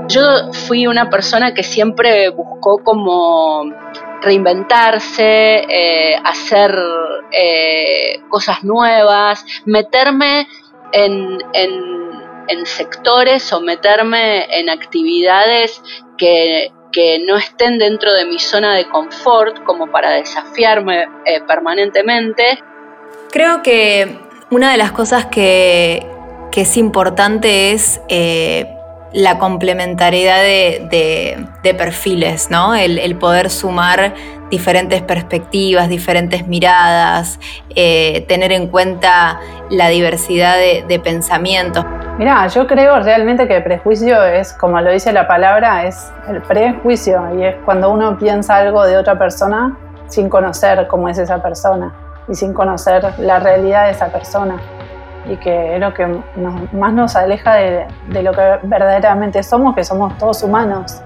Yo fui una persona que siempre buscó como reinventarse, hacer cosas nuevas, meterme en sectores o meterme en actividades que no estén dentro de mi zona de confort, como para desafiarme permanentemente. Creo que una de las cosas que es importante es la complementariedad de perfiles, ¿no? El poder sumar diferentes perspectivas, diferentes miradas, tener en cuenta la diversidad de pensamientos. Mirá, yo creo realmente que prejuicio es, como lo dice la palabra, es el prejuicio, y es cuando uno piensa algo de otra persona sin conocer cómo es esa persona y sin conocer la realidad de esa persona, y que es lo que más nos aleja de lo que verdaderamente somos, que somos todos humanos.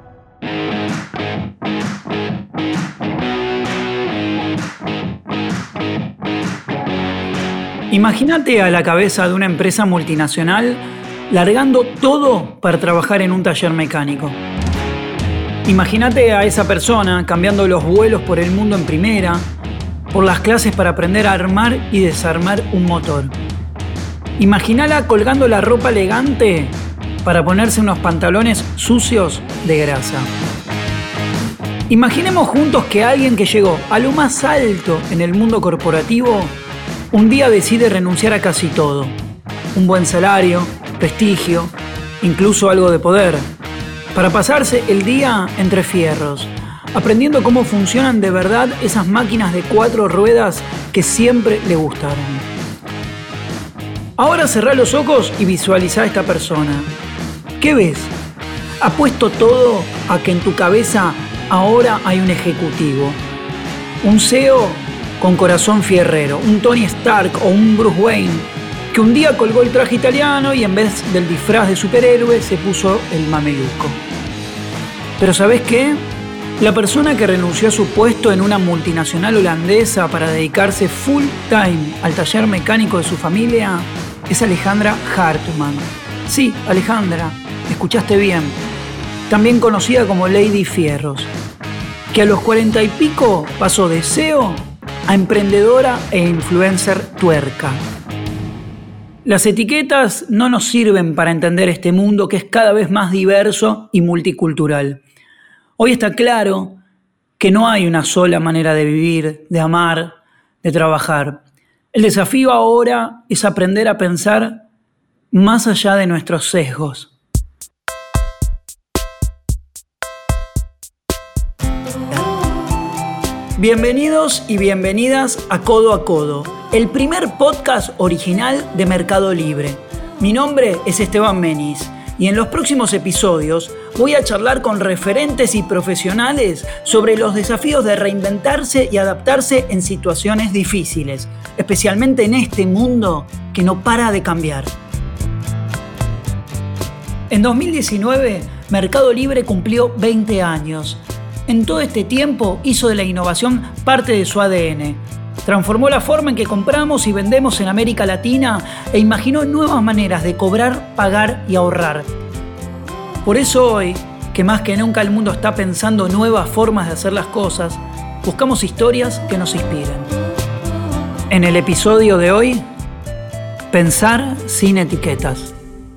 Imagínate a la cabeza de una empresa multinacional largando todo para trabajar en un taller mecánico. Imagínate a esa persona cambiando los vuelos por el mundo en primera, por las clases para aprender a armar y desarmar un motor. Imagínala colgando la ropa elegante para ponerse unos pantalones sucios de grasa. Imaginemos juntos que alguien que llegó a lo más alto en el mundo corporativo un día decide renunciar a casi todo. Un buen salario, prestigio, incluso algo de poder, para pasarse el día entre fierros, aprendiendo cómo funcionan de verdad esas máquinas de 4 ruedas que siempre le gustaron. Ahora cerrá los ojos y visualizá a esta persona. ¿Qué ves? Ha puesto todo a que en tu cabeza ahora hay un ejecutivo, un CEO con corazón fierrero, un Tony Stark o un Bruce Wayne, que un día colgó el traje italiano y en vez del disfraz de superhéroe se puso el mameluco. Pero ¿sabés qué? La persona que renunció a su puesto en una multinacional holandesa para dedicarse full time al taller mecánico de su familia es Alejandra Hartman. Sí, Alejandra, escuchaste bien. También conocida como Lady Fierros, que a los 40 y pico pasó de CEO a emprendedora e influencer tuerca. Las etiquetas no nos sirven para entender este mundo que es cada vez más diverso y multicultural. Hoy está claro que no hay una sola manera de vivir, de amar, de trabajar. El desafío ahora es aprender a pensar más allá de nuestros sesgos. Bienvenidos y bienvenidas a Codo, el primer podcast original de Mercado Libre. Mi nombre es Esteban Menis y en los próximos episodios voy a charlar con referentes y profesionales sobre los desafíos de reinventarse y adaptarse en situaciones difíciles, especialmente en este mundo que no para de cambiar. En 2019, Mercado Libre cumplió 20 años. En todo este tiempo hizo de la innovación parte de su ADN. Transformó la forma en que compramos y vendemos en América Latina e imaginó nuevas maneras de cobrar, pagar y ahorrar. Por eso hoy, que más que nunca el mundo está pensando nuevas formas de hacer las cosas, buscamos historias que nos inspiren. En el episodio de hoy, pensar sin etiquetas.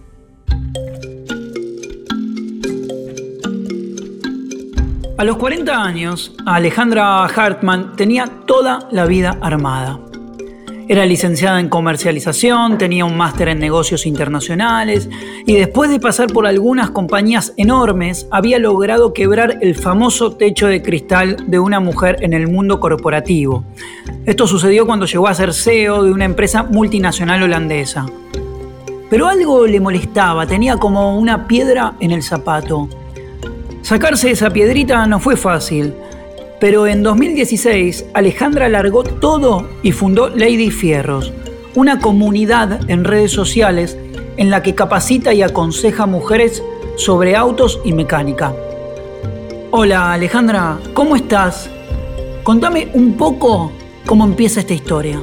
A los 40 años, Alejandra Hartman tenía toda la vida armada. Era licenciada en comercialización, tenía un máster en negocios internacionales y después de pasar por algunas compañías enormes, había logrado quebrar el famoso techo de cristal de una mujer en el mundo corporativo. Esto sucedió cuando llegó a ser CEO de una empresa multinacional holandesa. Pero algo le molestaba, tenía como una piedra en el zapato. Sacarse esa piedrita no fue fácil, pero en 2016 Alejandra largó todo y fundó Lady Fierros, una comunidad en redes sociales en la que capacita y aconseja mujeres sobre autos y mecánica. Hola Alejandra, ¿cómo estás? Contame un poco cómo empieza esta historia.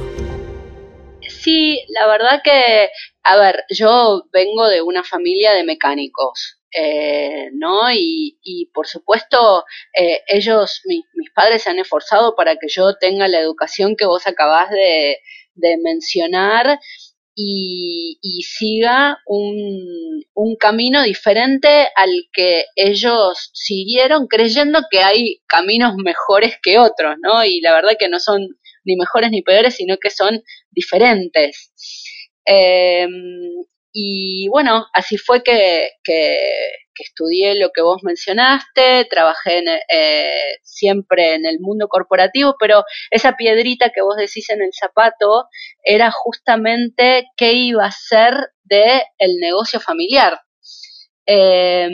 Sí, la verdad que, yo vengo de una familia de mecánicos. ¿no? Y por supuesto, mis padres se han esforzado para que yo tenga la educación que vos acabás de mencionar y siga un camino diferente al que ellos siguieron, creyendo que hay caminos mejores que otros, ¿no? Y la verdad que no son ni mejores ni peores, sino que son diferentes. Eh, y bueno, así fue que estudié lo que vos mencionaste, trabajé siempre en el mundo corporativo, pero esa piedrita que vos decís en el zapato era justamente qué iba a ser del negocio familiar. Eh,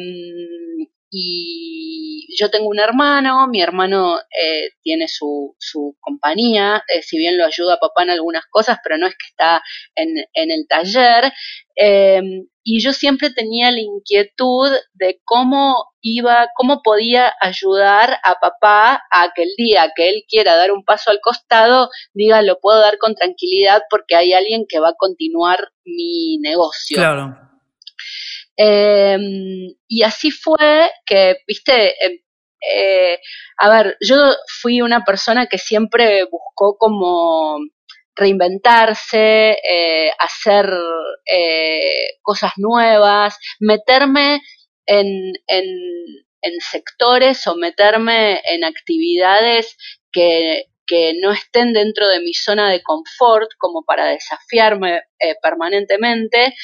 y yo tengo un hermano, mi hermano tiene su compañía, si bien lo ayuda a papá en algunas cosas, pero no es que está en el taller. Y yo siempre tenía la inquietud de cómo podía ayudar a papá a que el día que él quiera dar un paso al costado, diga, lo puedo dar con tranquilidad porque hay alguien que va a continuar mi negocio. Claro. Y así fue que, viste, a ver, yo fui una persona que siempre buscó como reinventarse, hacer cosas nuevas, meterme en sectores o meterme en actividades que no estén dentro de mi zona de confort, como para desafiarme permanentemente.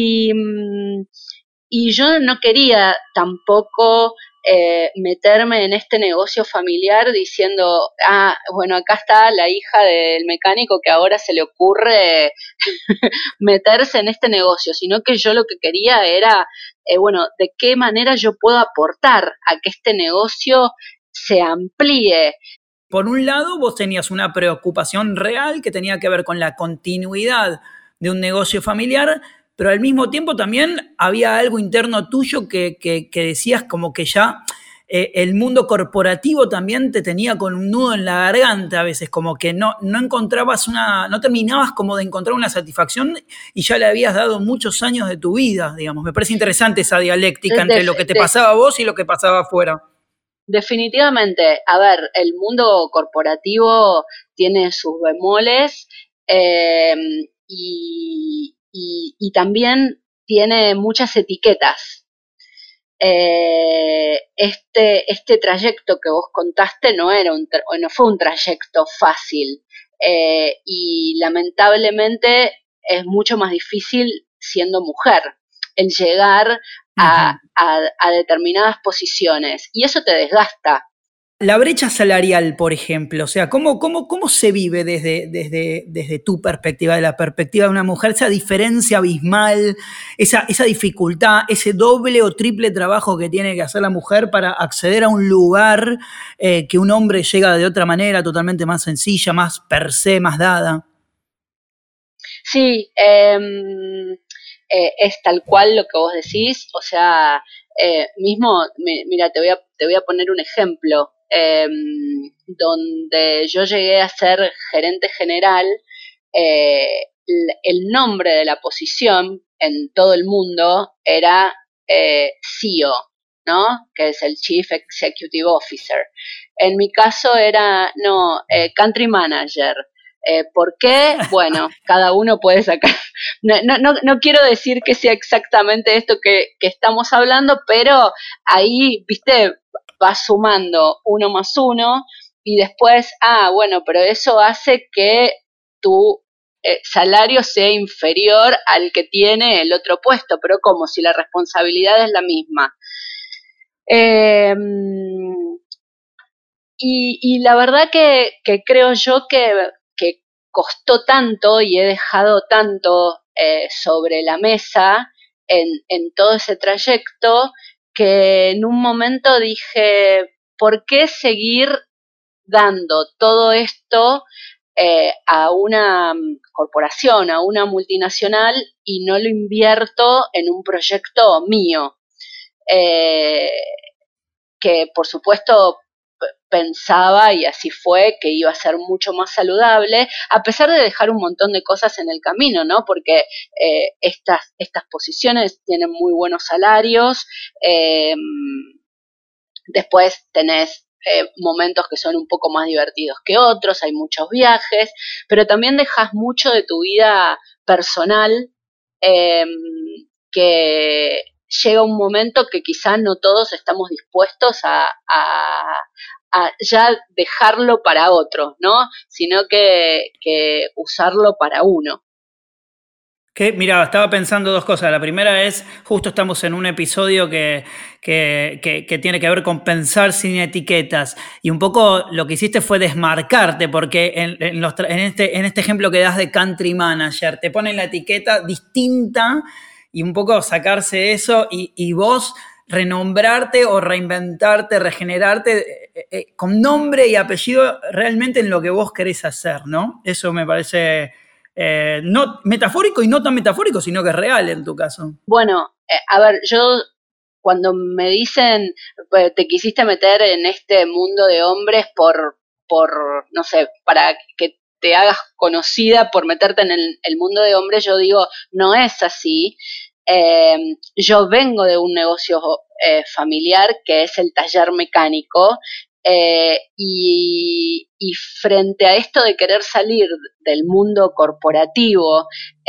Y yo no quería tampoco meterme en este negocio familiar diciendo, bueno, acá está la hija del mecánico que ahora se le ocurre meterse en este negocio, sino que yo lo que quería era, bueno, de qué manera yo puedo aportar a que este negocio se amplíe. Por un lado, vos tenías una preocupación real que tenía que ver con la continuidad de un negocio familiar, pero al mismo tiempo también había algo interno tuyo que decías como que ya el mundo corporativo también te tenía con un nudo en la garganta a veces, como que no terminabas como de encontrar una satisfacción y ya le habías dado muchos años de tu vida, digamos. Me parece interesante esa dialéctica entre lo que te pasaba a vos y lo que pasaba afuera. Definitivamente, a ver, el mundo corporativo tiene sus bemoles y también tiene muchas etiquetas. Este trayecto que vos contaste no fue un trayecto fácil y lamentablemente es mucho más difícil siendo mujer el llegar a determinadas posiciones y eso te desgasta. La brecha salarial, por ejemplo, o sea, ¿cómo se vive desde tu perspectiva, de la perspectiva de una mujer, esa diferencia abismal, esa dificultad, ese doble o triple trabajo que tiene que hacer la mujer para acceder a un lugar que un hombre llega de otra manera, totalmente más sencilla, más per se, más dada? Sí, es tal cual lo que vos decís, o sea, mira, te voy a poner un ejemplo. Donde yo llegué a ser gerente general, el nombre de la posición en todo el mundo era CEO, ¿no? Que es el Chief Executive Officer. En mi caso era, Country Manager. ¿Por qué? Bueno, cada uno puede sacar. No quiero decir que sea exactamente esto que estamos hablando, pero ahí, viste, vas sumando 1 más 1 y después, bueno, pero eso hace que tu salario sea inferior al que tiene el otro puesto, pero como si la responsabilidad es la misma. Y la verdad que creo yo que costó tanto y he dejado tanto sobre la mesa en todo ese trayecto que en un momento dije, ¿por qué seguir dando todo esto a una corporación, a una multinacional y no lo invierto en un proyecto mío? Que por supuesto pensaba, y así fue, que iba a ser mucho más saludable, a pesar de dejar un montón de cosas en el camino, ¿no? Porque estas posiciones tienen muy buenos salarios, después tenés momentos que son un poco más divertidos que otros, hay muchos viajes, pero también dejas mucho de tu vida personal, que llega un momento que quizá no todos estamos dispuestos a ya dejarlo para otro, ¿no? Sino que usarlo para uno. Mira, estaba pensando dos cosas. La primera es, justo estamos en un episodio que tiene que ver con pensar sin etiquetas. Y un poco lo que hiciste fue desmarcarte, porque en este ejemplo que das de country manager, te ponen la etiqueta distinta y un poco sacarse eso y vos renombrarte o reinventarte, regenerarte con nombre y apellido realmente en lo que vos querés hacer, ¿no? Eso me parece... no metafórico y no tan metafórico, sino que es real en tu caso. Bueno, a ver, yo cuando me dicen te quisiste meter en este mundo de hombres por no sé, para que te hagas conocida por meterte en el mundo de hombres, yo digo, no es así. Yo vengo de un negocio familiar que es el taller mecánico, y frente a esto de querer salir del mundo corporativo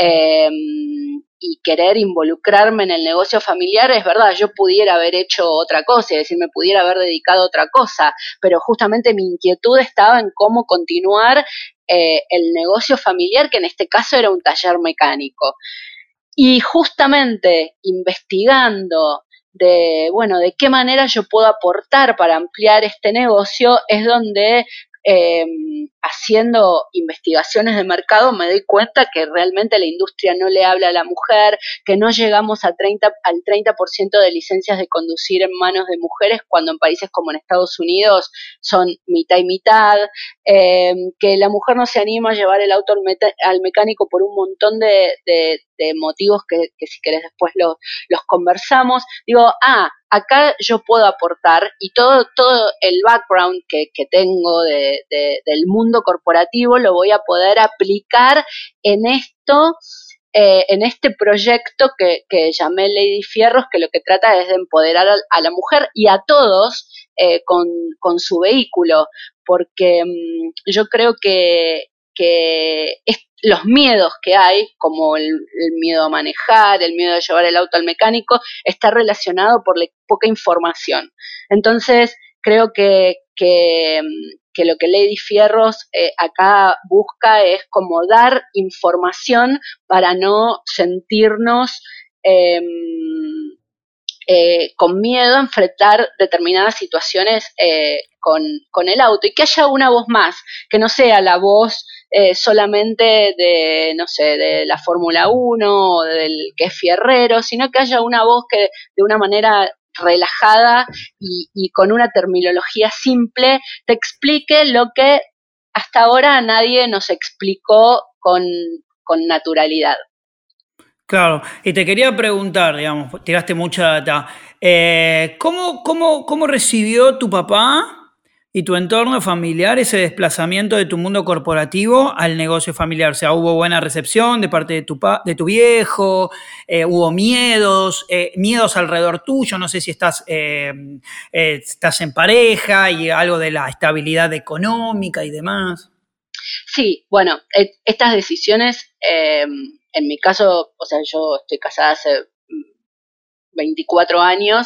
y querer involucrarme en el negocio familiar, es verdad, yo pudiera haber hecho otra cosa, es decir, me pudiera haber dedicado a otra cosa, pero justamente mi inquietud estaba en cómo continuar el negocio familiar, que en este caso era un taller mecánico. Y justamente investigando de qué manera yo puedo aportar para ampliar este negocio, es donde haciendo investigaciones de mercado me doy cuenta que realmente la industria no le habla a la mujer, que no llegamos al 30% de licencias de conducir en manos de mujeres, cuando en países como en Estados Unidos son mitad y mitad, que la mujer no se anima a llevar el auto al mecánico por un montón de motivos que si querés después los conversamos. Digo, acá yo puedo aportar, y todo el background que tengo del mundo corporativo lo voy a poder aplicar en esto, en este proyecto que llamé Lady Fierros, que lo que trata es de empoderar a la mujer y a todos con su vehículo, porque yo creo que los miedos que hay, como el miedo a manejar, el miedo a llevar el auto al mecánico, está relacionado por la poca información. Entonces, creo que lo que Lady Fierros acá busca es como dar información para no sentirnos con miedo a enfrentar determinadas situaciones con el auto, y que haya una voz más, que no sea la voz solamente de, no sé, de la Fórmula 1 o del que es fierrero, sino que haya una voz que de una manera relajada y con una terminología simple te explique lo que hasta ahora nadie nos explicó con naturalidad. Claro, y te quería preguntar, digamos, tiraste mucha data. ¿Cómo recibió tu papá y tu entorno familiar ese desplazamiento de tu mundo corporativo al negocio familiar? O sea, ¿hubo buena recepción de parte de tu viejo? ¿Hubo miedos alrededor tuyo? No sé si estás en pareja y algo de la estabilidad económica y demás. Sí, bueno, estas decisiones, en mi caso, o sea, yo estoy casada hace 24 años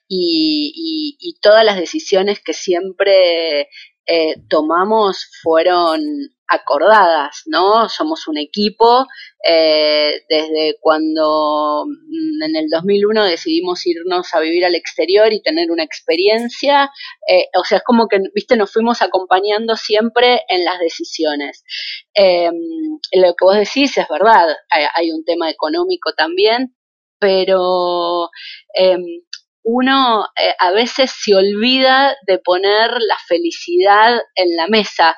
y todas las decisiones que siempre tomamos fueron acordadas, ¿no? Somos un equipo, desde cuando en el 2001 decidimos irnos a vivir al exterior y tener una experiencia, o sea, es como que, viste, nos fuimos acompañando siempre en las decisiones. Lo que vos decís es verdad, hay un tema económico también, pero uno a veces se olvida de poner la felicidad en la mesa,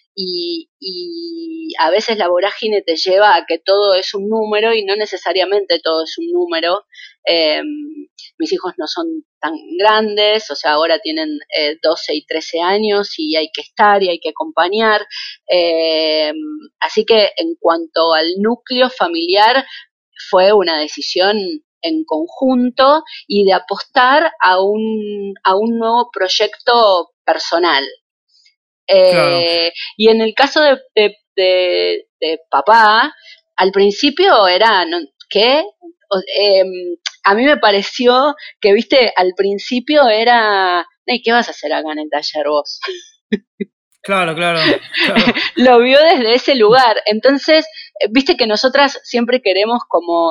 y a veces la vorágine te lleva a que todo es un número y no necesariamente todo es un número. mis hijos no son tan grandes, o sea, ahora tienen 12 y 13 años y hay que estar y hay que acompañar. Así que en cuanto al núcleo familiar, fue una decisión en conjunto y de apostar a un nuevo proyecto personal. Claro. Y en el caso de papá, al principio era, ¿qué? A mí me pareció que, viste, al principio era, ¿qué vas a hacer acá en el taller vos? Claro. Lo vio desde ese lugar. Entonces, viste que nosotras siempre queremos como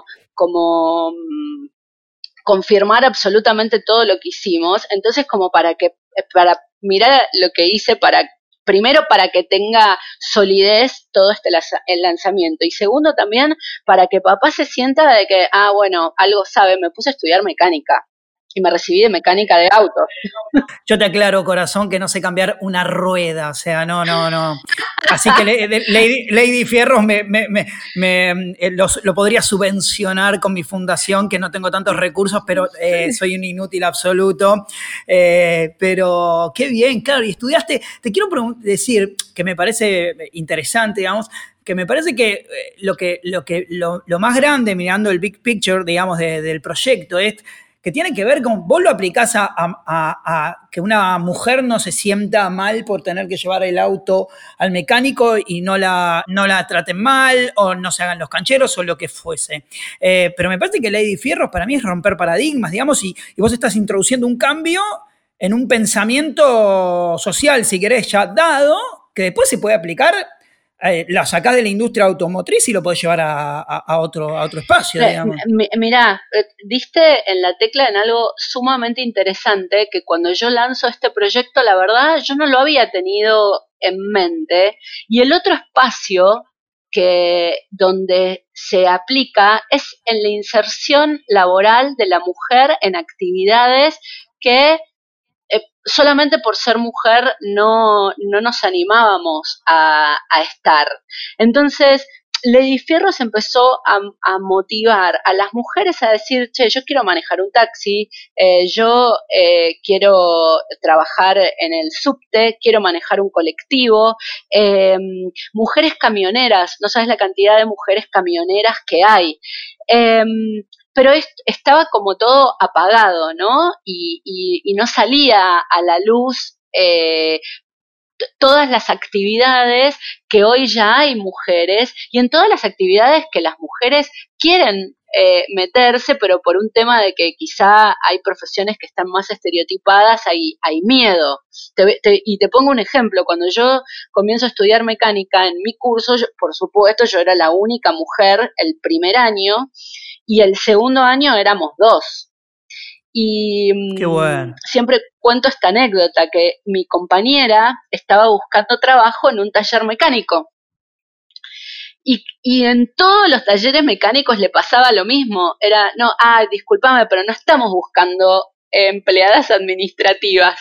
confirmar absolutamente todo lo que hicimos. Entonces, como para mirar lo que hice, primero para que tenga solidez todo el lanzamiento, y segundo también para que papá se sienta de que, bueno, algo sabe. Me puse a estudiar mecánica y me recibí de mecánica de autos. Yo te aclaro, corazón, que no sé cambiar una rueda, o sea, no. Así que Lady Fierros lo podría subvencionar con mi fundación, que no tengo tantos recursos, pero soy un inútil absoluto. Pero qué bien, claro, y estudiaste. Te quiero decir que me parece interesante, digamos, que me parece que lo más grande, mirando el big picture, digamos, del proyecto, es que tiene que ver con, vos lo aplicás a que una mujer no se sienta mal por tener que llevar el auto al mecánico y no la traten mal, o no se hagan los cancheros, o lo que fuese. Pero me parece que Lady Fierros para mí es romper paradigmas, digamos, y vos estás introduciendo un cambio en un pensamiento social, si querés, ya dado, que después se puede aplicar. La sacás de la industria automotriz y lo podés llevar a otro espacio, digamos. Mirá, diste en la tecla en algo sumamente interesante, que cuando yo lanzo este proyecto, la verdad, yo no lo había tenido en mente, y el otro espacio donde se aplica es en la inserción laboral de la mujer en actividades que solamente por ser mujer no nos animábamos a estar. Entonces, Lady Fierros empezó a motivar a las mujeres a decir, che, yo quiero manejar un taxi, yo quiero trabajar en el subte, quiero manejar un colectivo. Mujeres camioneras, no sabes la cantidad de mujeres camioneras que hay. Pero estaba como todo apagado, ¿no? Y no salía a la luz todas las actividades que hoy ya hay mujeres, y en todas las actividades que las mujeres quieren meterse, pero por un tema de que quizá hay profesiones que están más estereotipadas, hay miedo. Y te pongo un ejemplo. Cuando yo comienzo a estudiar mecánica, en mi curso, por supuesto, yo era la única mujer el primer año, y el segundo año éramos 2. Y bueno. Siempre cuento esta anécdota, que mi compañera estaba buscando trabajo en un taller mecánico. Y en todos los talleres mecánicos le pasaba lo mismo. Era, no, discúlpame, pero no estamos buscando empleadas administrativas.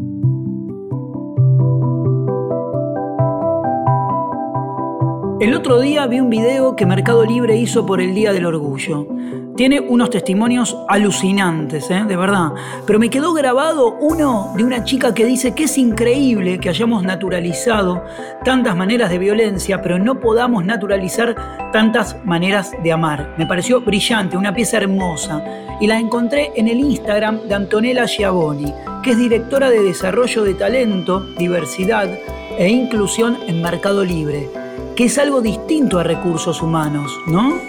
El otro día vi un video que Mercado Libre hizo por el Día del Orgullo. Tiene unos testimonios alucinantes, de verdad. Pero me quedó grabado uno de una chica que dice que es increíble que hayamos naturalizado tantas maneras de violencia, pero no podamos naturalizar tantas maneras de amar. Me pareció brillante, una pieza hermosa. Y la encontré en el Instagram de Antonella Schiavoni, que es directora de Desarrollo de Talento, Diversidad e Inclusión en Mercado Libre, que es algo distinto a recursos humanos, ¿no?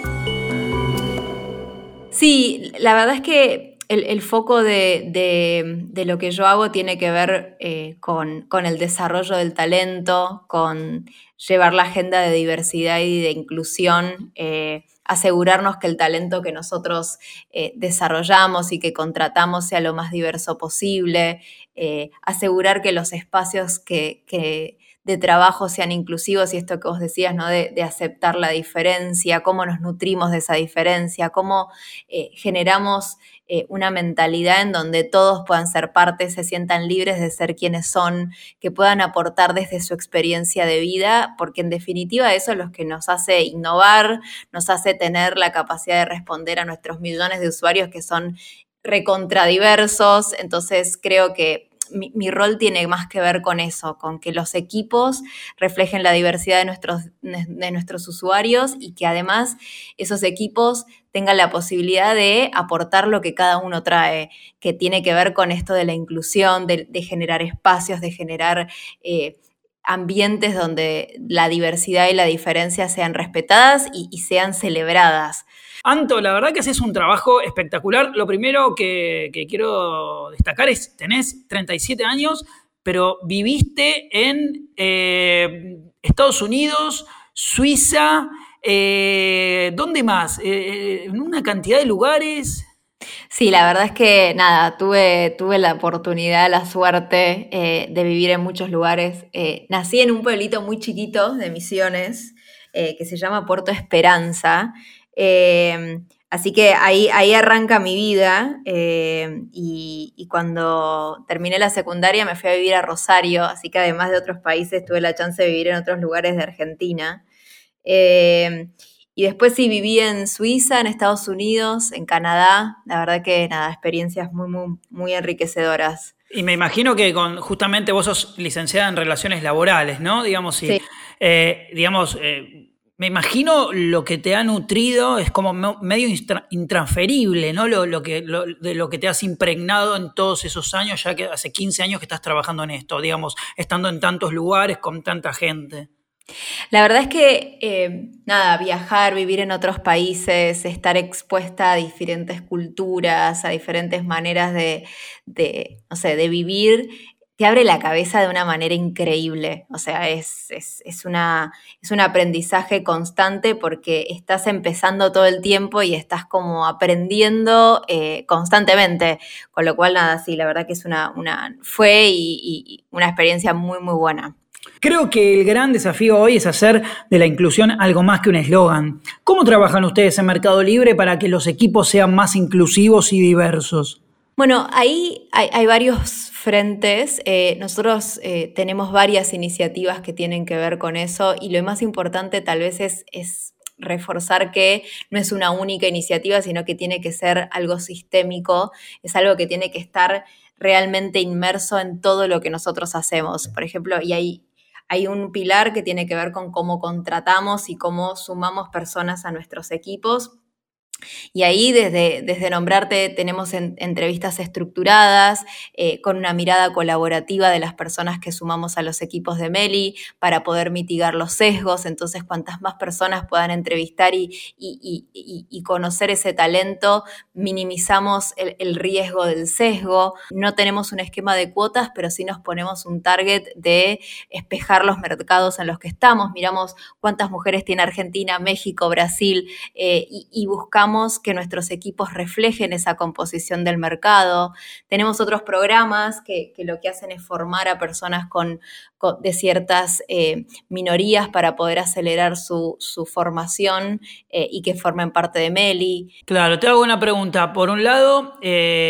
Sí, la verdad es que el foco de lo que yo hago tiene que ver con el desarrollo del talento, con llevar la agenda de diversidad y de inclusión, asegurarnos que el talento que nosotros desarrollamos y que contratamos sea lo más diverso posible, asegurar que los espacios de trabajo sean inclusivos, y esto que vos decías, ¿no? De aceptar la diferencia, cómo nos nutrimos de esa diferencia, cómo generamos una mentalidad en donde todos puedan ser parte, se sientan libres de ser quienes son, que puedan aportar desde su experiencia de vida, porque en definitiva eso es lo que nos hace innovar, nos hace tener la capacidad de responder a nuestros millones de usuarios que son recontradiversos, entonces creo que mi rol tiene más que ver con eso, con que los equipos reflejen la diversidad de nuestros usuarios y que además esos equipos tengan la posibilidad de aportar lo que cada uno trae, que tiene que ver con esto de la inclusión, de generar espacios, de generar ambientes donde la diversidad y la diferencia sean respetadas y sean celebradas. Anto, la verdad que haces un trabajo espectacular. Lo primero que quiero destacar es, tenés 37 años, pero viviste en Estados Unidos, Suiza, ¿dónde más? En una cantidad de lugares. Sí, la verdad es que nada, tuve la oportunidad, la suerte de vivir en muchos lugares. Nací en un pueblito muy chiquito de Misiones que se llama Puerto Esperanza. Así que ahí arranca mi vida y cuando terminé la secundaria me fui a vivir a Rosario, así que además de otros países tuve la chance de vivir en otros lugares de Argentina. Y después sí viví en Suiza, en Estados Unidos, en Canadá. La verdad que nada, experiencias muy, muy, muy enriquecedoras. Y me imagino que justamente vos sos licenciada en Relaciones Laborales, ¿no? Digamos, sí. Me imagino lo que te ha nutrido es como medio intransferible, ¿no? De lo que te has impregnado en todos esos años, ya que hace 15 años que estás trabajando en esto, digamos, estando en tantos lugares con tanta gente. La verdad es que, viajar, vivir en otros países, estar expuesta a diferentes culturas, a diferentes maneras de vivir, te abre la cabeza de una manera increíble. O sea, es un aprendizaje constante porque estás empezando todo el tiempo y estás como aprendiendo constantemente. Con lo cual, nada, sí, la verdad que fue una experiencia muy, muy buena. Creo que el gran desafío hoy es hacer de la inclusión algo más que un eslogan. ¿Cómo trabajan ustedes en Mercado Libre para que los equipos sean más inclusivos y diversos? Bueno, ahí hay varios frentes. Nosotros tenemos varias iniciativas que tienen que ver con eso y lo más importante tal vez es reforzar que no es una única iniciativa, sino que tiene que ser algo sistémico, es algo que tiene que estar realmente inmerso en todo lo que nosotros hacemos. Por ejemplo, y hay un pilar que tiene que ver con cómo contratamos y cómo sumamos personas a nuestros equipos. Y ahí desde Nombrarte tenemos entrevistas estructuradas con una mirada colaborativa de las personas que sumamos a los equipos de Meli para poder mitigar los sesgos. Entonces, cuantas más personas puedan entrevistar y conocer ese talento, minimizamos el riesgo del sesgo. No tenemos un esquema de cuotas, pero sí nos ponemos un target de espejar los mercados en los que estamos. Miramos cuántas mujeres tiene Argentina, México, Brasil y buscamos que nuestros equipos reflejen esa composición del mercado. Tenemos otros programas que lo que hacen es formar a personas de ciertas minorías para poder acelerar su formación y que formen parte de Meli. Claro, te hago una pregunta. Por un lado,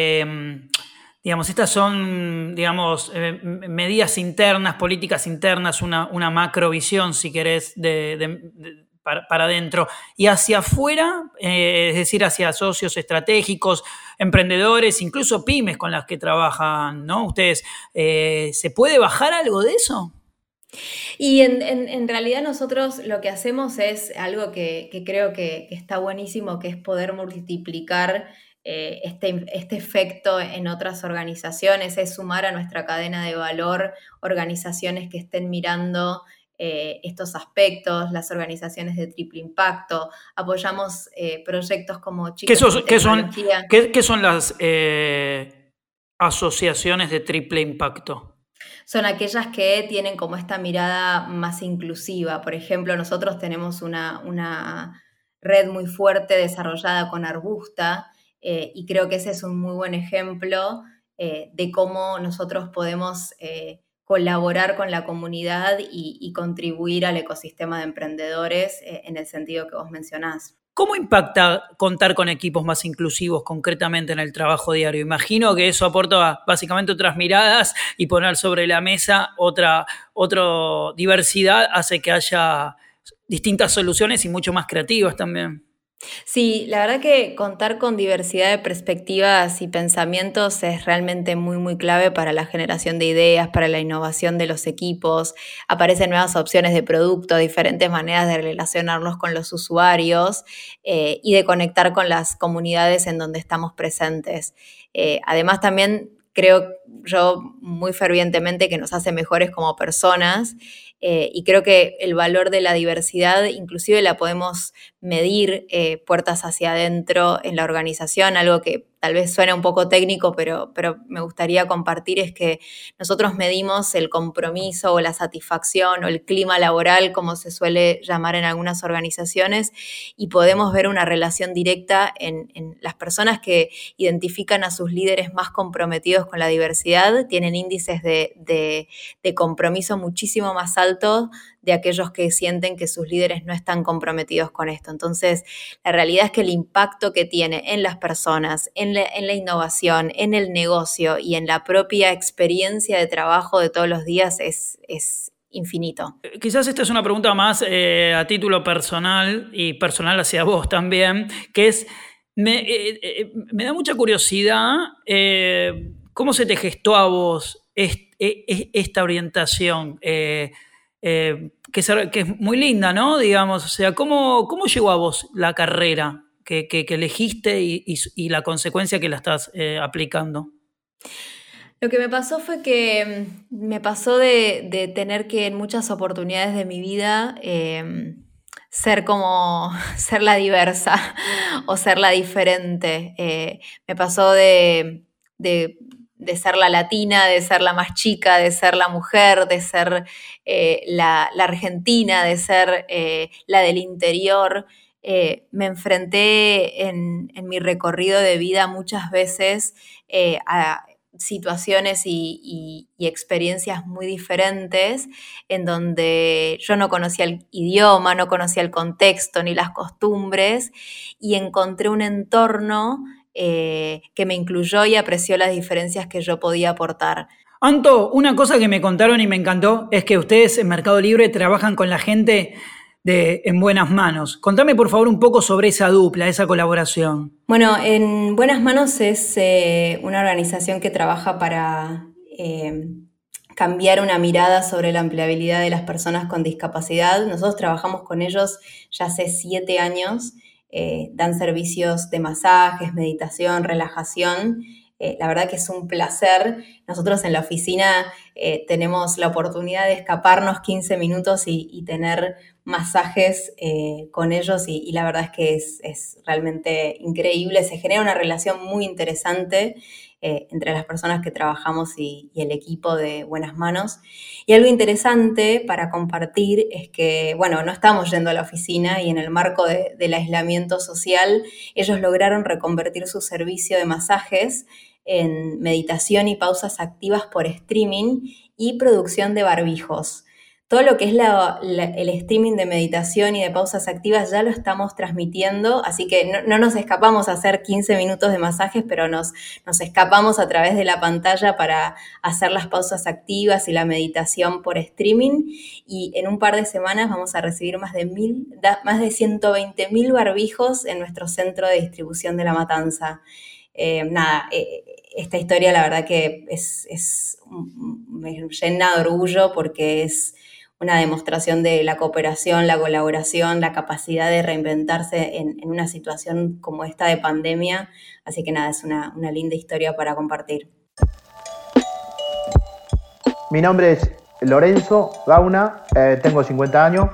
estas son, medidas internas, políticas internas, una macrovisión, si querés, para adentro. Y hacia afuera, es decir, hacia socios estratégicos, emprendedores, incluso pymes con las que trabajan, ¿no? Ustedes, ¿se puede bajar algo de eso? Y en realidad nosotros lo que hacemos es algo que creo que está buenísimo, que es poder multiplicar este efecto en otras organizaciones, es sumar a nuestra cadena de valor organizaciones que estén mirando estos aspectos, las organizaciones de triple impacto, apoyamos proyectos como Chicos en Tecnología. ¿Qué son las asociaciones de triple impacto? Son aquellas que tienen como esta mirada más inclusiva. Por ejemplo, nosotros tenemos una red muy fuerte desarrollada con Arbusta y creo que ese es un muy buen ejemplo de cómo nosotros podemos colaborar con la comunidad y contribuir al ecosistema de emprendedores en el sentido que vos mencionás. ¿Cómo impacta contar con equipos más inclusivos concretamente en el trabajo diario? Imagino que eso aporta básicamente otras miradas y poner sobre la mesa otra diversidad hace que haya distintas soluciones y mucho más creativas también. Sí, la verdad que contar con diversidad de perspectivas y pensamientos es realmente muy, muy clave para la generación de ideas, para la innovación de los equipos. Aparecen nuevas opciones de producto, diferentes maneras de relacionarnos con los usuarios y de conectar con las comunidades en donde estamos presentes. Además, también creo yo muy fervientemente que nos hace mejores como personas y creo que el valor de la diversidad inclusive la podemos medir puertas hacia adentro en la organización. Algo que tal vez suena un poco técnico, pero me gustaría compartir es que nosotros medimos el compromiso o la satisfacción o el clima laboral, como se suele llamar en algunas organizaciones, y podemos ver una relación directa en las personas que identifican a sus líderes más comprometidos con la diversidad, tienen índices de compromiso muchísimo más altos de aquellos que sienten que sus líderes no están comprometidos con esto. Entonces, la realidad es que el impacto que tiene en las personas, en la innovación, en el negocio y en la propia experiencia de trabajo de todos los días es infinito. Quizás esta es una pregunta más a título personal y personal hacia vos también, que es, me da mucha curiosidad cómo se te gestó a vos esta orientación, que es muy linda, ¿no? Digamos, o sea, ¿cómo llegó a vos la carrera que elegiste y la consecuencia que la estás aplicando? Lo que me pasó fue que me pasó de tener que en muchas oportunidades de mi vida ser la diversa o ser la diferente. Me pasó de ser la latina, de ser la más chica, de ser la mujer, de ser la argentina, de ser la del interior. Me enfrenté en mi recorrido de vida muchas veces a situaciones y experiencias muy diferentes en donde yo no conocía el idioma, no conocía el contexto ni las costumbres y encontré un entorno que me incluyó y apreció las diferencias que yo podía aportar. Anto, una cosa que me contaron y me encantó es que ustedes en Mercado Libre trabajan con la gente en Buenas Manos. Contame por favor un poco sobre esa dupla, esa colaboración. Bueno, en Buenas Manos es una organización que trabaja para cambiar una mirada sobre la empleabilidad de las personas con discapacidad. Nosotros trabajamos con ellos ya hace 7 años, dan servicios de masajes, meditación, relajación. La verdad que es un placer. Nosotros en la oficina tenemos la oportunidad de escaparnos 15 minutos y tener masajes con ellos y la verdad es que es realmente increíble. Se genera una relación muy interesante entre las personas que trabajamos y el equipo de Buenas Manos. Y algo interesante para compartir es que, bueno, no estamos yendo a la oficina y en el marco del aislamiento social, ellos lograron reconvertir su servicio de masajes en meditación y pausas activas por streaming y producción de barbijos. Todo lo que es el streaming de meditación y de pausas activas ya lo estamos transmitiendo, así que no nos escapamos a hacer 15 minutos de masajes, pero nos escapamos a través de la pantalla para hacer las pausas activas y la meditación por streaming. Y en un par de semanas vamos a recibir más de 120.000 barbijos en nuestro centro de distribución de La Matanza. Esta historia la verdad que me llena de orgullo porque es una demostración de la cooperación, la colaboración, la capacidad de reinventarse en una situación como esta de pandemia. Así que nada, es una linda historia para compartir. Mi nombre es Lorenzo Gauna, tengo 50 años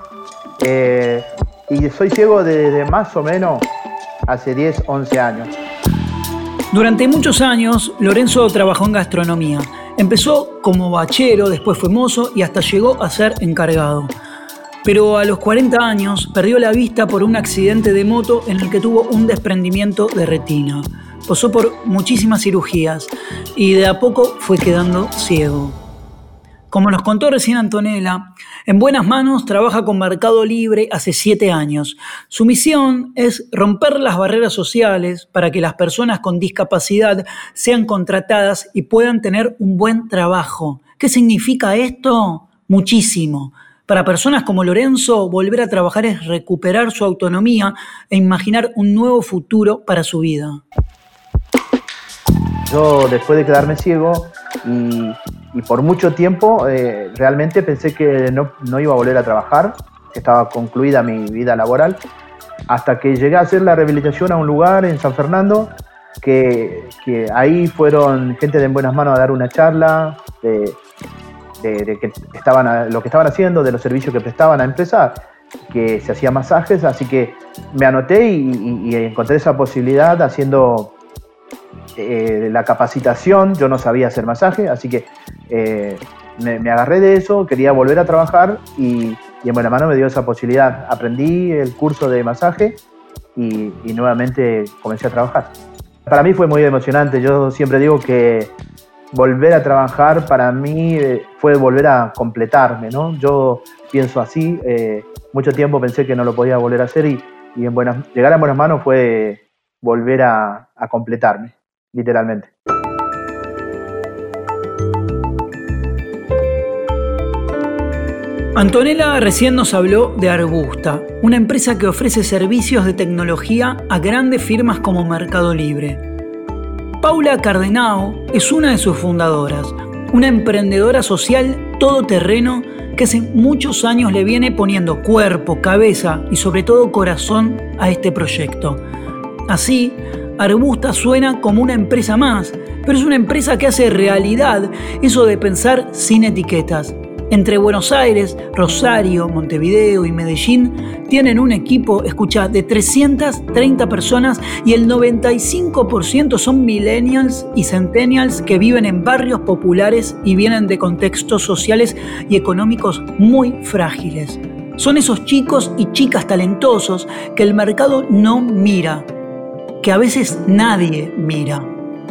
y soy ciego desde más o menos hace 10, 11 años. Durante muchos años, Lorenzo trabajó en gastronomía. Empezó como bachero, después fue mozo y hasta llegó a ser encargado. Pero a los 40 años perdió la vista por un accidente de moto en el que tuvo un desprendimiento de retina. Pasó por muchísimas cirugías y de a poco fue quedando ciego. Como nos contó recién Antonella, en Buenas Manos trabaja con Mercado Libre hace 7 años. Su misión es romper las barreras sociales para que las personas con discapacidad sean contratadas y puedan tener un buen trabajo. ¿Qué significa esto? Muchísimo. Para personas como Lorenzo, volver a trabajar es recuperar su autonomía e imaginar un nuevo futuro para su vida. Yo, después de quedarme ciego y por mucho tiempo, realmente pensé que no iba a volver a trabajar, que estaba concluida mi vida laboral, hasta que llegué a hacer la rehabilitación a un lugar en San Fernando, que ahí fueron gente de En Buenas Manos a dar una charla de lo que estaban haciendo, de los servicios que prestaban a empresas, que se hacían masajes, así que me anoté y encontré esa posibilidad haciendo la capacitación. Yo no sabía hacer masaje, así que me agarré de eso, quería volver a trabajar y En Buenas Manos me dio esa posibilidad. Aprendí el curso de masaje y nuevamente comencé a trabajar. Para mí fue muy emocionante. Yo siempre digo que volver a trabajar para mí fue volver a completarme, ¿no? Yo pienso así. Mucho tiempo pensé que no lo podía volver a hacer y llegar a Buenas Manos fue volver a completarme, literalmente. Antonella recién nos habló de Arbusta, una empresa que ofrece servicios de tecnología a grandes firmas como Mercado Libre. Paula Cardenao es una de sus fundadoras, una emprendedora social todoterreno que hace muchos años le viene poniendo cuerpo, cabeza y sobre todo corazón a este proyecto. Así, Arbusta suena como una empresa más, pero es una empresa que hace realidad eso de pensar sin etiquetas. Entre Buenos Aires, Rosario, Montevideo y Medellín tienen un equipo, escucha, de 330 personas y el 95% son millennials y centennials que viven en barrios populares y vienen de contextos sociales y económicos muy frágiles. Son esos chicos y chicas talentosos que el mercado no mira, que a veces nadie mira.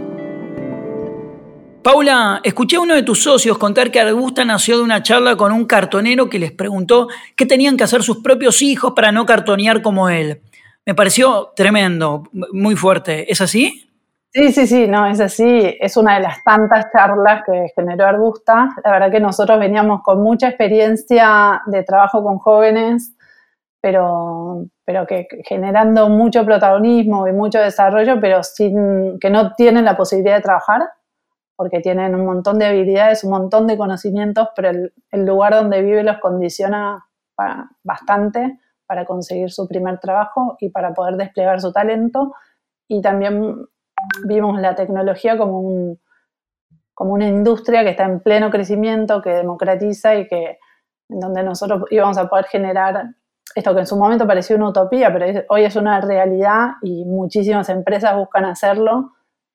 Paula, escuché a uno de tus socios contar que Arbusta nació de una charla con un cartonero que les preguntó qué tenían que hacer sus propios hijos para no cartonear como él. Me pareció tremendo, muy fuerte. ¿Es así? Sí, no, es así. Es una de las tantas charlas que generó Arbusta. La verdad que nosotros veníamos con mucha experiencia de trabajo con jóvenes, pero que generando mucho protagonismo y mucho desarrollo, pero sin que no tienen la posibilidad de trabajar, porque tienen un montón de habilidades, un montón de conocimientos, pero el lugar donde vive los condiciona bastante para conseguir su primer trabajo y para poder desplegar su talento. Y también vimos la tecnología como una industria que está en pleno crecimiento, que democratiza y en donde nosotros íbamos a poder generar esto que en su momento parecía una utopía, pero hoy es una realidad y muchísimas empresas buscan hacerlo,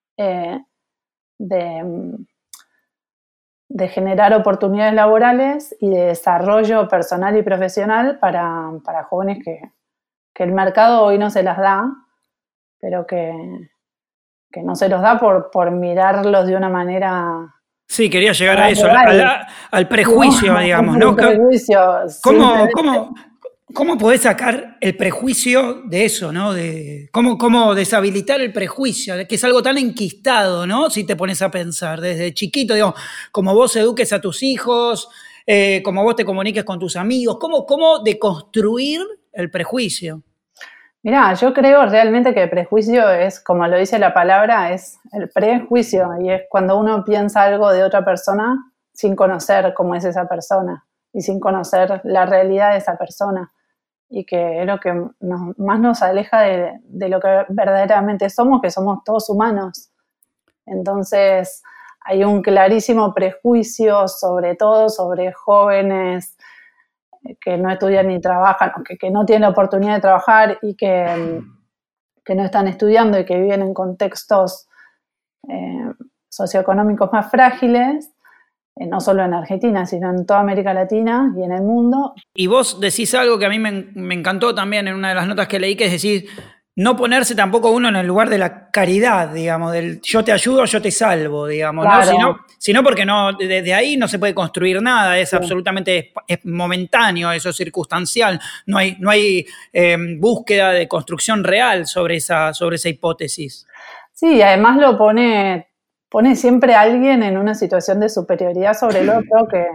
de generar oportunidades laborales y de desarrollo personal y profesional para jóvenes que el mercado hoy no se las da, pero que no se los da por mirarlos de una manera... Sí, quería llegar a eso, al prejuicio, no, digamos, ¿no? ¿Cómo podés sacar el prejuicio de eso, ¿no? ¿Cómo deshabilitar el prejuicio? Que es algo tan enquistado, ¿no? Si te pones a pensar desde chiquito, digamos, como vos eduques a tus hijos, como vos te comuniques con tus amigos, ¿cómo deconstruir el prejuicio? Mirá, yo creo realmente que el prejuicio es, como lo dice la palabra, es el prejuicio, y es cuando uno piensa algo de otra persona sin conocer cómo es esa persona y sin conocer la realidad de esa persona. Y que es lo que más nos aleja de lo que verdaderamente somos, que somos todos humanos. Entonces, hay un clarísimo prejuicio, sobre todo sobre jóvenes que no estudian ni trabajan, que no tienen la oportunidad de trabajar y que no están estudiando y que viven en contextos socioeconómicos más frágiles, no solo en Argentina, sino en toda América Latina y en el mundo. Y vos decís algo que a mí me encantó también en una de las notas que leí, que es decir, no ponerse tampoco uno en el lugar de la caridad, digamos, del yo te ayudo, yo te salvo, digamos, claro. ¿No? Sino porque no, desde ahí no se puede construir nada, es absolutamente es momentáneo, eso es circunstancial, no hay búsqueda de construcción real sobre esa hipótesis. Sí, además lo pone siempre a alguien en una situación de superioridad sobre el otro, que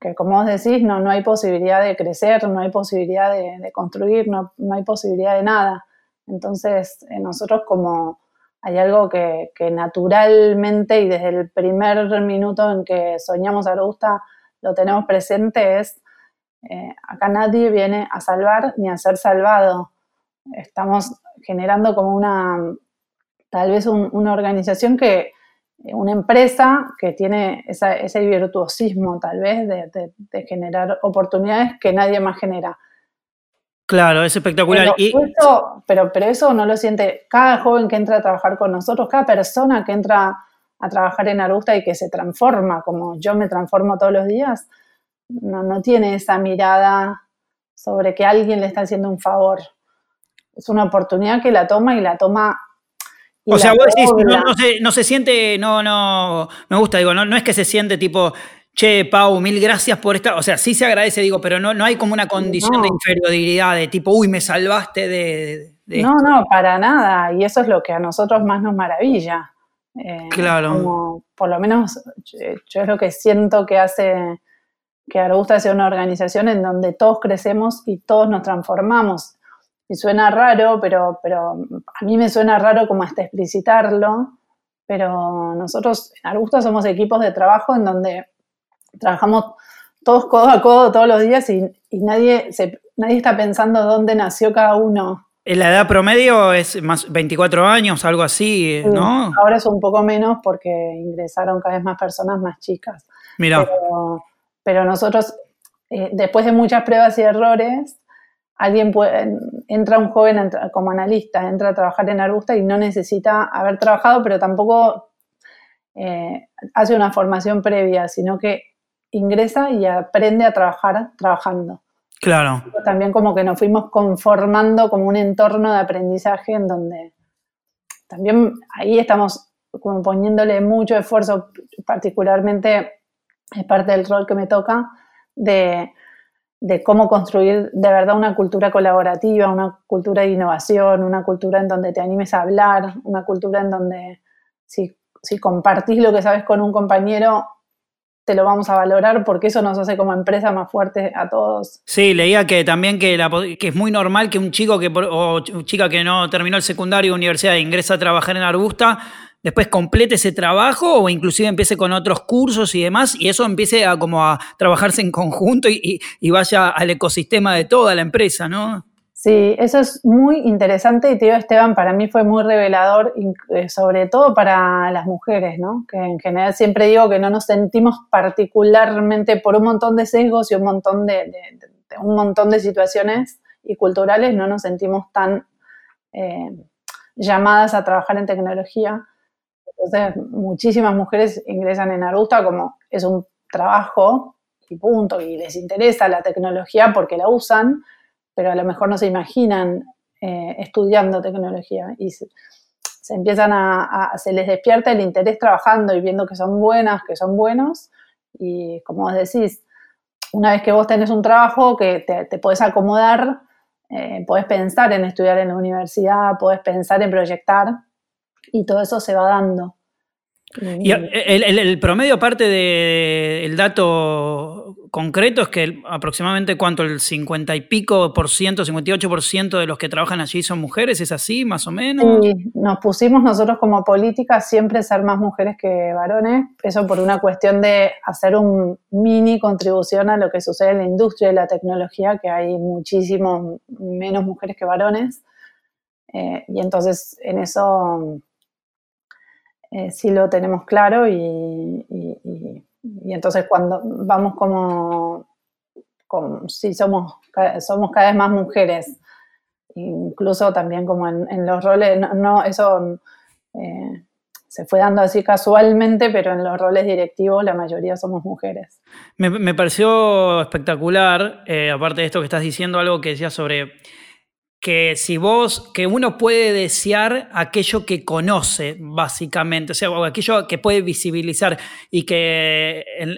que como vos decís, no hay posibilidad de crecer, no hay posibilidad de construir, no hay posibilidad de nada. Entonces, nosotros como hay algo que naturalmente y desde el primer minuto en que soñamos Arobusta lo tenemos presente, es acá nadie viene a salvar ni a ser salvado. Estamos generando como tal vez una organización una empresa que tiene ese virtuosismo tal vez de generar oportunidades que nadie más genera. Claro, es espectacular. Pero eso no lo siente cada joven que entra a trabajar con nosotros, cada persona que entra a trabajar en Arobusta y que se transforma, como yo me transformo todos los días, no tiene esa mirada sobre que alguien le está haciendo un favor. Es una oportunidad que la toma y la toma. O sea, vos decís, no se siente, me gusta, digo, no es que se siente tipo, che, Pau, mil gracias por esta, o sea, sí se agradece, digo, pero no hay como una condición de inferioridad, de tipo, uy, me salvaste de No, para nada, y eso es lo que a nosotros más nos maravilla. Claro. Como, por lo menos, yo es lo que siento que hace que Arobusta sea una organización en donde todos crecemos y todos nos transformamos. Y suena raro, pero a mí me suena raro como hasta explicitarlo, pero nosotros en Arobusta somos equipos de trabajo en donde trabajamos todos codo a codo todos los días y nadie está pensando dónde nació cada uno. La edad promedio es más 24 años, algo así, ¿no? Sí, ahora es un poco menos porque ingresaron cada vez más personas más chicas. Mirá. Pero nosotros, después de muchas pruebas y errores, entra un joven como analista, entra a trabajar en Arobusta y no necesita haber trabajado, pero tampoco hace una formación previa, sino que ingresa y aprende a trabajar trabajando. Claro. También como que nos fuimos conformando como un entorno de aprendizaje en donde también ahí estamos como poniéndole mucho esfuerzo, particularmente es parte del rol que me toca, de cómo construir de verdad una cultura colaborativa, una cultura de innovación, una cultura en donde te animes a hablar, una cultura en donde si compartís lo que sabes con un compañero, te lo vamos a valorar porque eso nos hace como empresa más fuertes a todos. Sí, leía que también que es muy normal que un chico o chica que no terminó el secundario o universidad e ingresa a trabajar en Arobusta, después complete ese trabajo o inclusive empiece con otros cursos y demás, y eso empiece a trabajarse en conjunto y vaya al ecosistema de toda la empresa, ¿no? Sí, eso es muy interesante y te digo, Esteban, para mí fue muy revelador, sobre todo para las mujeres, ¿no? Que en general siempre digo que no nos sentimos particularmente por un montón de sesgos y un montón de situaciones y culturales, no nos sentimos tan llamadas a trabajar en tecnología. Entonces, muchísimas mujeres ingresan en Arobusta como es un trabajo y punto, y les interesa la tecnología porque la usan, pero a lo mejor no se imaginan estudiando tecnología y se empiezan se les despierta el interés trabajando y viendo que son buenas, que son buenos, y como vos decís, una vez que vos tenés un trabajo que te podés acomodar, podés pensar en estudiar en la universidad, podés pensar en proyectar, y todo eso se va dando. Y el promedio, aparte del dato concreto, es que aproximadamente ¿cuánto? El 50 y pico por ciento, 58% de los que trabajan allí son mujeres, ¿es así más o menos? Sí, nos pusimos nosotros como política siempre ser más mujeres que varones, eso por una cuestión de hacer un mini contribución a lo que sucede en la industria de la tecnología, que hay muchísimo menos mujeres que varones, y entonces en eso sí lo tenemos claro y entonces cuando vamos como sí somos cada vez más mujeres, incluso también como en los roles, eso se fue dando así casualmente, pero en los roles directivos la mayoría somos mujeres. Me pareció espectacular, aparte de esto que estás diciendo, algo que decías sobre que que uno puede desear aquello que conoce, básicamente, o sea, aquello que puede visibilizar, y que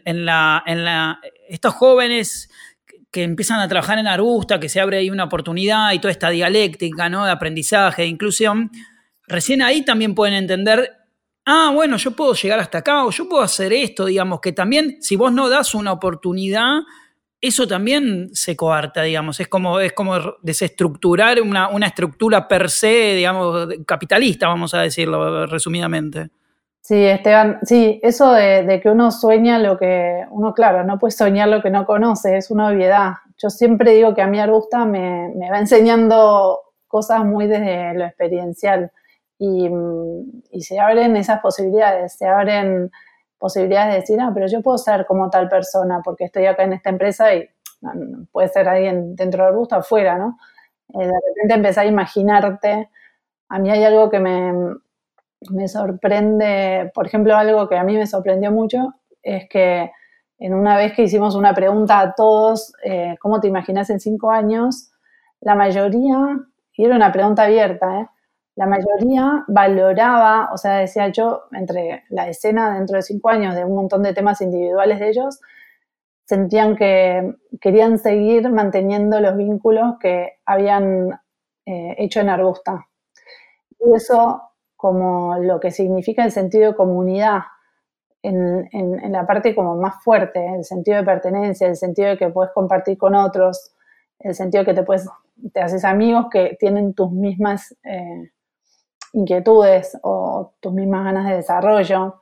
estos jóvenes que empiezan a trabajar en Arobusta, que se abre ahí una oportunidad y toda esta dialéctica, ¿no?, de aprendizaje, de inclusión, recién ahí también pueden entender bueno, yo puedo llegar hasta acá o yo puedo hacer esto, digamos, que también si vos no das una oportunidad, eso también se coarta, digamos, es como desestructurar una estructura per se, digamos, capitalista, vamos a decirlo resumidamente. Sí, Esteban, sí, eso de que uno sueña lo que uno, claro, no puede soñar lo que no conoce, es una obviedad. Yo siempre digo que a mí Arbusta me va enseñando cosas muy desde lo experiencial y se abren esas posibilidades, se abren posibilidades de decir, pero yo puedo ser como tal persona porque estoy acá en esta empresa y puede ser alguien dentro de Arbusta o afuera, ¿no? De repente empezar a imaginarte. A mí hay algo que me sorprende, por ejemplo, algo que a mí me sorprendió mucho es que en una vez que hicimos una pregunta a todos, ¿cómo te imaginas en 5 años? La mayoría, y era una pregunta abierta, la mayoría valoraba, o sea, decía yo, entre la escena dentro de 5 años de un montón de temas individuales de ellos, sentían que querían seguir manteniendo los vínculos que habían hecho en Arbusta. Y eso, como lo que significa el sentido de comunidad, en la parte como más fuerte, el sentido de pertenencia, el sentido de que puedes compartir con otros, el sentido de que te haces amigos que tienen tus mismas inquietudes o tus mismas ganas de desarrollo.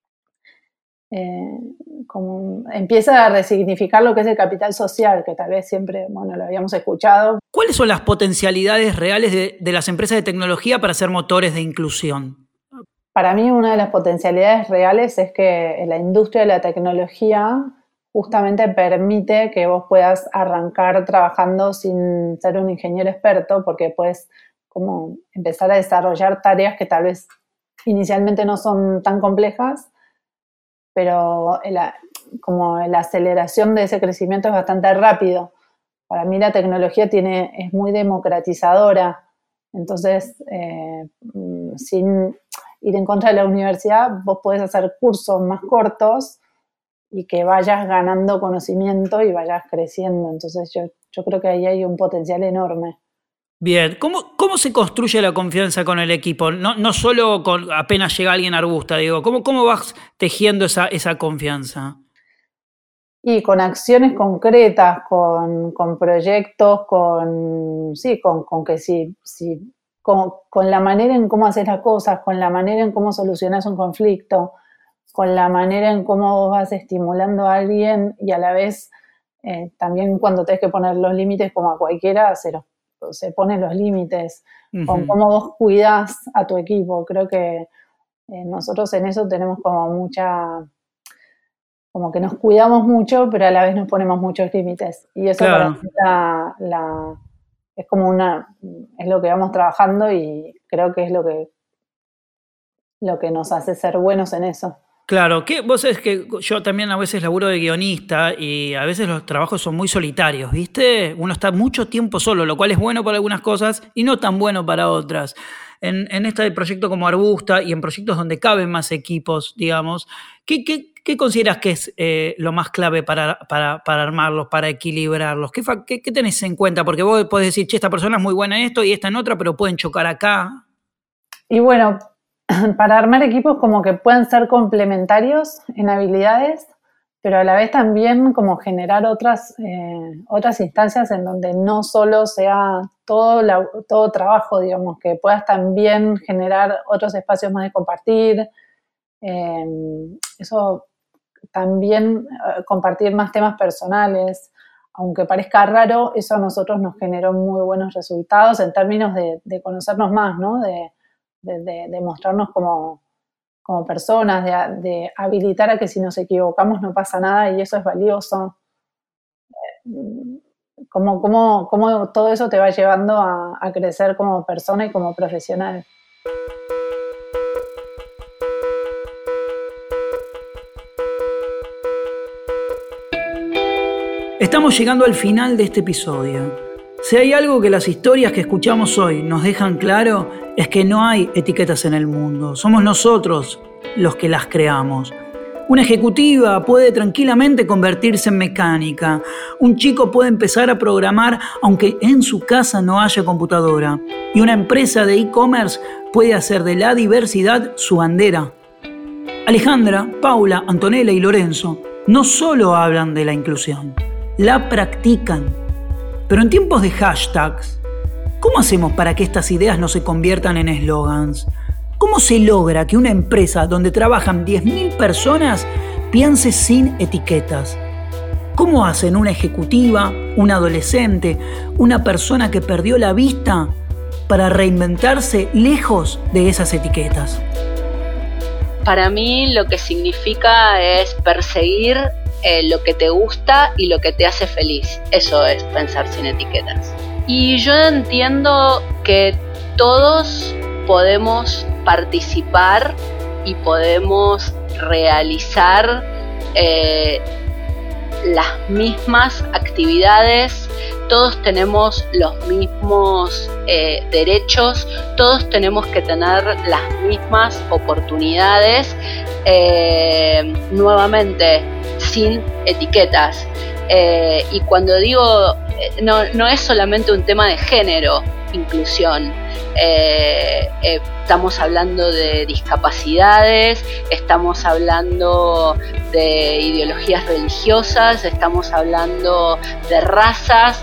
Como empieza a resignificar lo que es el capital social, que tal vez siempre, lo habíamos escuchado. ¿Cuáles son las potencialidades reales de las empresas de tecnología para ser motores de inclusión? Para mí una de las potencialidades reales es que la industria de la tecnología justamente permite que vos puedas arrancar trabajando sin ser un ingeniero experto, porque puedes como empezar a desarrollar tareas que tal vez inicialmente no son tan complejas, pero como la aceleración de ese crecimiento es bastante rápido. Para mí la tecnología es muy democratizadora, entonces sin ir en contra de la universidad, vos podés hacer cursos más cortos y que vayas ganando conocimiento y vayas creciendo. Entonces yo creo que ahí hay un potencial enorme. Bien, ¿cómo se construye la confianza con el equipo? No solo apenas llega alguien a Arbusta, digo, ¿cómo vas tejiendo esa confianza? Y con acciones concretas, con proyectos, con la manera en cómo haces las cosas, con la manera en cómo solucionas un conflicto, con la manera en cómo vas estimulando a alguien y a la vez también cuando tenés que poner los límites como a cualquiera, se ponen los límites, con cómo vos cuidás a tu equipo. Creo que nosotros en eso tenemos como como que nos cuidamos mucho, pero a la vez nos ponemos muchos límites. Y eso claro. Para mí es lo que vamos trabajando y creo que es lo que nos hace ser buenos en eso. Claro, vos sabés que yo también a veces laburo de guionista y a veces los trabajos son muy solitarios, ¿viste? Uno está mucho tiempo solo, lo cual es bueno para algunas cosas y no tan bueno para otras. En este proyecto como Arbusta y en proyectos donde caben más equipos, digamos, ¿qué consideras que es lo más clave para armarlos, para equilibrarlos? ¿Qué tenés en cuenta? Porque vos podés decir, esta persona es muy buena en esto y esta en otra, pero pueden chocar acá. Y bueno, para armar equipos como que pueden ser complementarios en habilidades, pero a la vez también como generar otras instancias en donde no solo sea todo trabajo, digamos, que puedas también generar otros espacios más de compartir, eso también compartir más temas personales, aunque parezca raro, eso a nosotros nos generó muy buenos resultados en términos de conocernos más, ¿no? De mostrarnos como personas, de habilitar a que si nos equivocamos no pasa nada y eso es valioso. Como todo eso te va llevando a crecer como persona y como profesional. Estamos llegando al final de este episodio. Si hay algo que las historias que escuchamos hoy nos dejan claro, es que no hay etiquetas en el mundo. Somos nosotros los que las creamos. Una ejecutiva puede tranquilamente convertirse en mecánica. Un chico puede empezar a programar aunque en su casa no haya computadora. Y una empresa de e-commerce puede hacer de la diversidad su bandera. Alejandra, Paula, Antonella y Lorenzo no solo hablan de la inclusión, la practican. Pero en tiempos de hashtags, ¿cómo hacemos para que estas ideas no se conviertan en eslogans? ¿Cómo se logra que una empresa donde trabajan 10.000 personas piense sin etiquetas? ¿Cómo hacen una ejecutiva, un adolescente, una persona que perdió la vista para reinventarse lejos de esas etiquetas? Para mí lo que significa es perseguir lo que te gusta y lo que te hace feliz. Eso es pensar sin etiquetas. Y yo entiendo que todos podemos participar y podemos realizar las mismas actividades, todos tenemos los mismos derechos, todos tenemos que tener las mismas oportunidades, nuevamente sin etiquetas. Y cuando digo, no es solamente un tema de género, inclusión. Estamos hablando de discapacidades, estamos hablando de ideologías religiosas, estamos hablando de razas.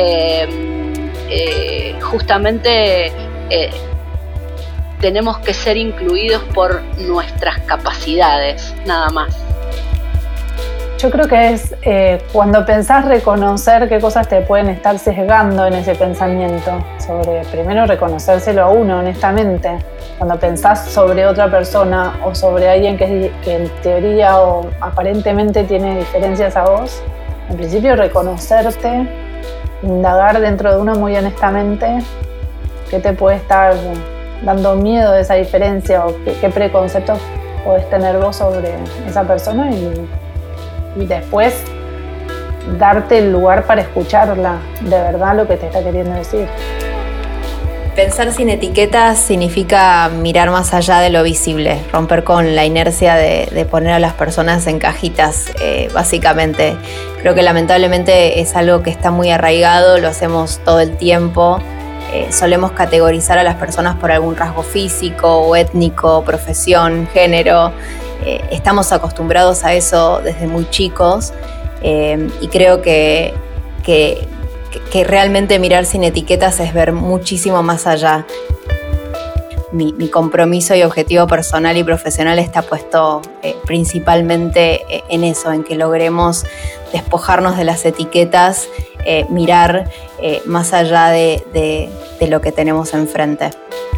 Justamente tenemos que ser incluidos por nuestras capacidades, nada más. Yo creo que es cuando pensás reconocer qué cosas te pueden estar sesgando en ese pensamiento, sobre primero reconocérselo a uno honestamente, cuando pensás sobre otra persona o sobre alguien que en teoría o aparentemente tiene diferencias a vos, en principio reconocerte, indagar dentro de uno muy honestamente qué te puede estar dando miedo de esa diferencia o qué preconceptos podés tener vos sobre esa persona y después darte el lugar para escucharla de verdad lo que te está queriendo decir. Pensar sin etiquetas significa mirar más allá de lo visible, romper con la inercia de poner a las personas en cajitas, básicamente. Creo que lamentablemente es algo que está muy arraigado, lo hacemos todo el tiempo. Solemos categorizar a las personas por algún rasgo físico o étnico, profesión, género. Estamos acostumbrados a eso desde muy chicos y creo que realmente mirar sin etiquetas es ver muchísimo más allá. Mi compromiso y objetivo personal y profesional está puesto principalmente en eso, en que logremos despojarnos de las etiquetas, mirar más allá de lo que tenemos enfrente.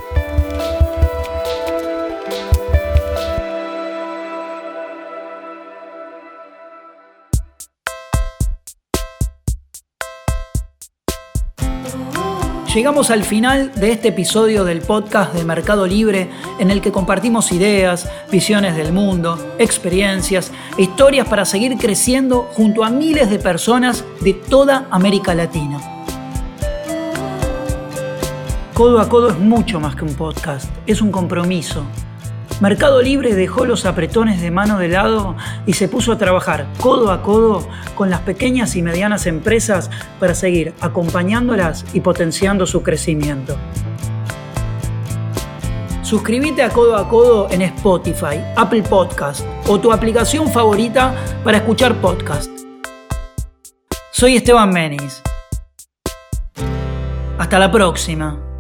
Llegamos al final de este episodio del podcast de Mercado Libre, en el que compartimos ideas, visiones del mundo, experiencias e historias para seguir creciendo junto a miles de personas de toda América Latina. Codo a Codo es mucho más que un podcast, es un compromiso. Mercado Libre dejó los apretones de mano de lado y se puso a trabajar codo a codo con las pequeñas y medianas empresas para seguir acompañándolas y potenciando su crecimiento. Suscríbete a Codo en Spotify, Apple Podcast o tu aplicación favorita para escuchar podcast. Soy Esteban Menis. Hasta la próxima.